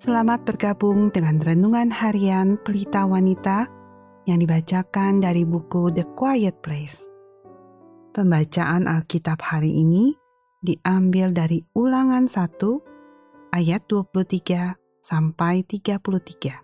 Selamat bergabung dengan Renungan Harian Pelita Wanita yang dibacakan dari buku The Quiet Place. Pembacaan Alkitab hari ini diambil dari Ulangan 1 ayat 23 sampai 33.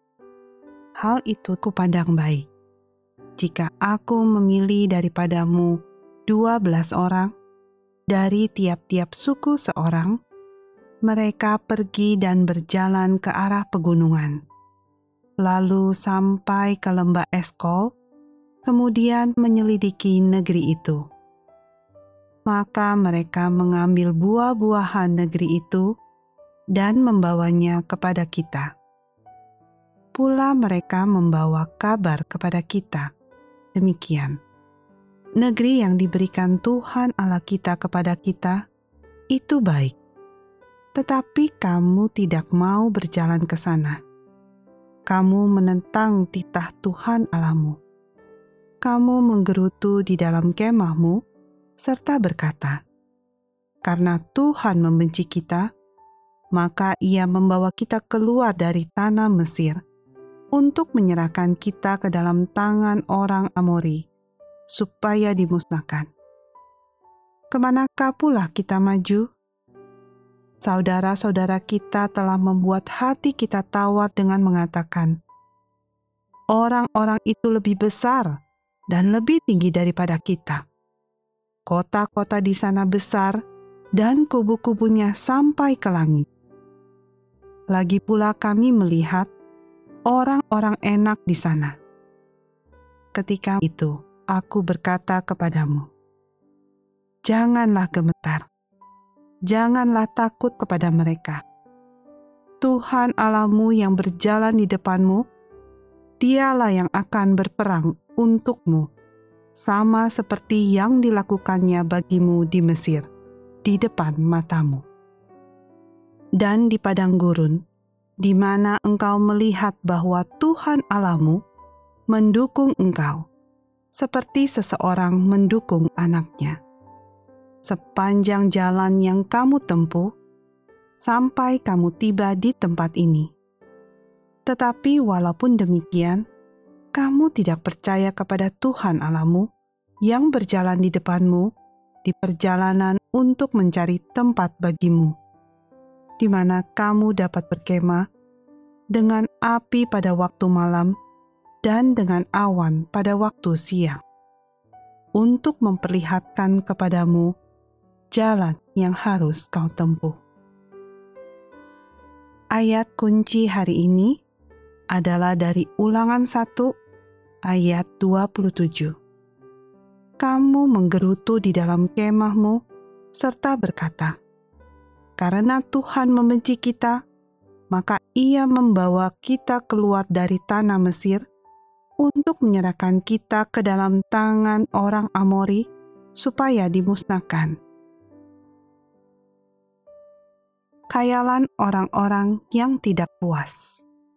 Hal itu kupandang baik, jika aku memilih daripadamu 12 orang, dari tiap-tiap suku seorang, mereka pergi dan berjalan ke arah pegunungan, lalu sampai ke lembah Eskol, kemudian menyelidiki negeri itu. Maka mereka mengambil buah-buahan negeri itu dan membawanya kepada kita. Pula mereka membawa kabar kepada kita. Demikian, negeri yang diberikan Tuhan Allah kita kepada kita, itu baik. Tetapi kamu tidak mau berjalan ke sana. Kamu menentang titah Tuhan Allahmu. Kamu menggerutu di dalam kemahmu, serta berkata, "Karena Tuhan membenci kita, maka Ia membawa kita keluar dari tanah Mesir untuk menyerahkan kita ke dalam tangan orang Amori, supaya dimusnahkan. Kemanakah pula kita maju? Saudara-saudara kita telah membuat hati kita tawar dengan mengatakan, orang-orang itu lebih besar dan lebih tinggi daripada kita. Kota-kota di sana besar dan kubu-kubunya sampai ke langit. Lagi pula kami melihat orang-orang enak di sana. Ketika itu aku berkata kepadamu, janganlah gemetar. Janganlah takut kepada mereka. Tuhan Allahmu yang berjalan di depanmu, Dialah yang akan berperang untukmu, sama seperti yang dilakukannya bagimu di Mesir, di depan matamu. Dan di padang gurun, di mana engkau melihat bahwa Tuhan Allahmu mendukung engkau, seperti seseorang mendukung anaknya. Sepanjang jalan yang kamu tempuh, sampai kamu tiba di tempat ini. Tetapi walaupun demikian, kamu tidak percaya kepada Tuhan Allahmu yang berjalan di depanmu di perjalanan untuk mencari tempat bagimu, di mana kamu dapat berkemah dengan api pada waktu malam dan dengan awan pada waktu siang, untuk memperlihatkan kepadamu jalan yang harus kau tempuh. Ayat kunci hari ini adalah dari Ulangan 1 ayat 27. Kamu menggerutu di dalam kemahmu serta berkata, karena Tuhan membenci kita, maka Ia membawa kita keluar dari tanah Mesir untuk menyerahkan kita ke dalam tangan orang Amori supaya dimusnahkan. Khayalan orang-orang yang tidak puas.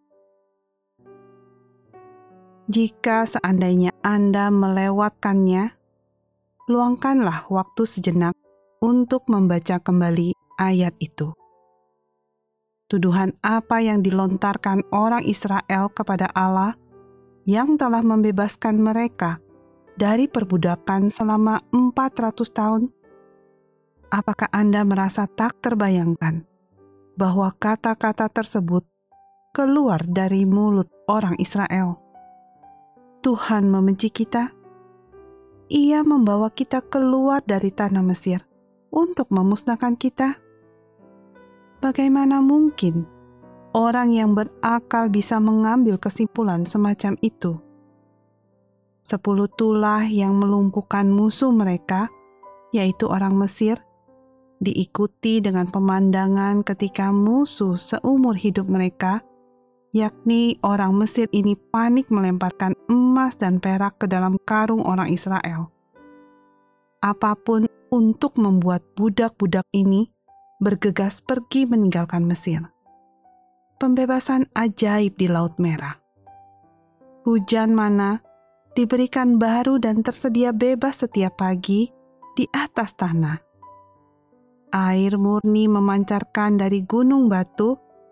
Jika seandainya Anda melewatkannya, luangkanlah waktu sejenak untuk membaca kembali ayat itu. Tuduhan apa yang dilontarkan orang Israel kepada Allah yang telah membebaskan mereka dari perbudakan selama 400 tahun? Apakah Anda merasa tak terbayangkan bahwa kata-kata tersebut keluar dari mulut orang Israel? Tuhan membenci kita. Ia membawa kita keluar dari tanah Mesir untuk memusnahkan kita. Bagaimana mungkin orang yang berakal bisa mengambil kesimpulan semacam itu? 10 tulah yang melumpuhkan musuh mereka, yaitu orang Mesir, diikuti dengan pemandangan ketika musuh seumur hidup mereka, yakni orang Mesir ini panik melemparkan emas dan perak ke dalam karung orang Israel. Apapun untuk membuat budak-budak ini bergegas pergi meninggalkan Mesir. Pembebasan ajaib di Laut Merah. Hujan mana diberikan baru dan tersedia bebas setiap pagi di atas tanah. Air murni memancarkan dari gunung batu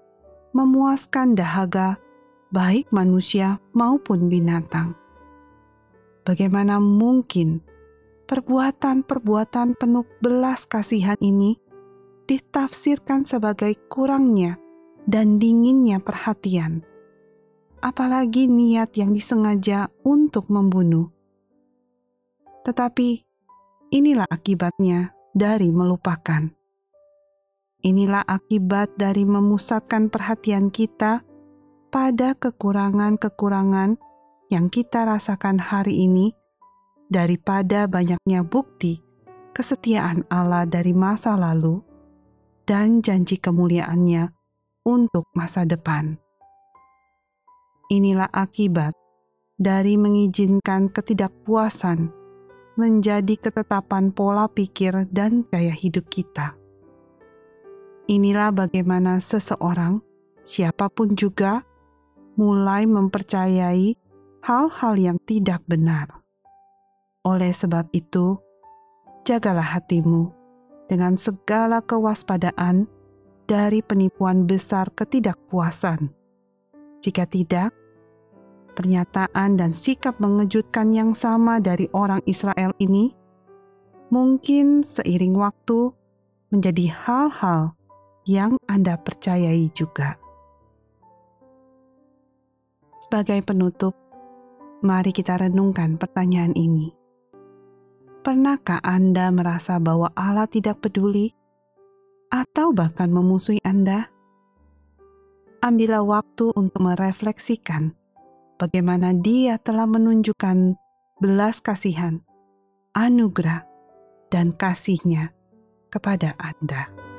memuaskan dahaga baik manusia maupun binatang. Bagaimana mungkin perbuatan-perbuatan penuh belas kasihan ini ditafsirkan sebagai kurangnya dan dinginnya perhatian, apalagi niat yang disengaja untuk membunuh. Tetapi inilah akibatnya dari melupakan. Inilah akibat dari memusatkan perhatian kita pada kekurangan-kekurangan yang kita rasakan hari ini daripada banyaknya bukti kesetiaan Allah dari masa lalu dan janji kemuliaannya untuk masa depan. Inilah akibat dari mengizinkan ketidakpuasan menjadi ketetapan pola pikir dan gaya hidup kita. Inilah bagaimana seseorang, siapapun juga, mulai mempercayai hal-hal yang tidak benar. Oleh sebab itu, jagalah hatimu dengan segala kewaspadaan dari penipuan besar ketidakpuasan. Jika tidak, pernyataan dan sikap mengejutkan yang sama dari orang Israel ini mungkin seiring waktu menjadi hal-hal yang Anda percayai juga. Sebagai penutup, mari kita renungkan pertanyaan ini. Pernahkah Anda merasa bahwa Allah tidak peduli atau bahkan memusuhi Anda? Ambillah waktu untuk merefleksikan bagaimana Dia telah menunjukkan belas kasihan, anugerah, dan kasih-Nya kepada Anda.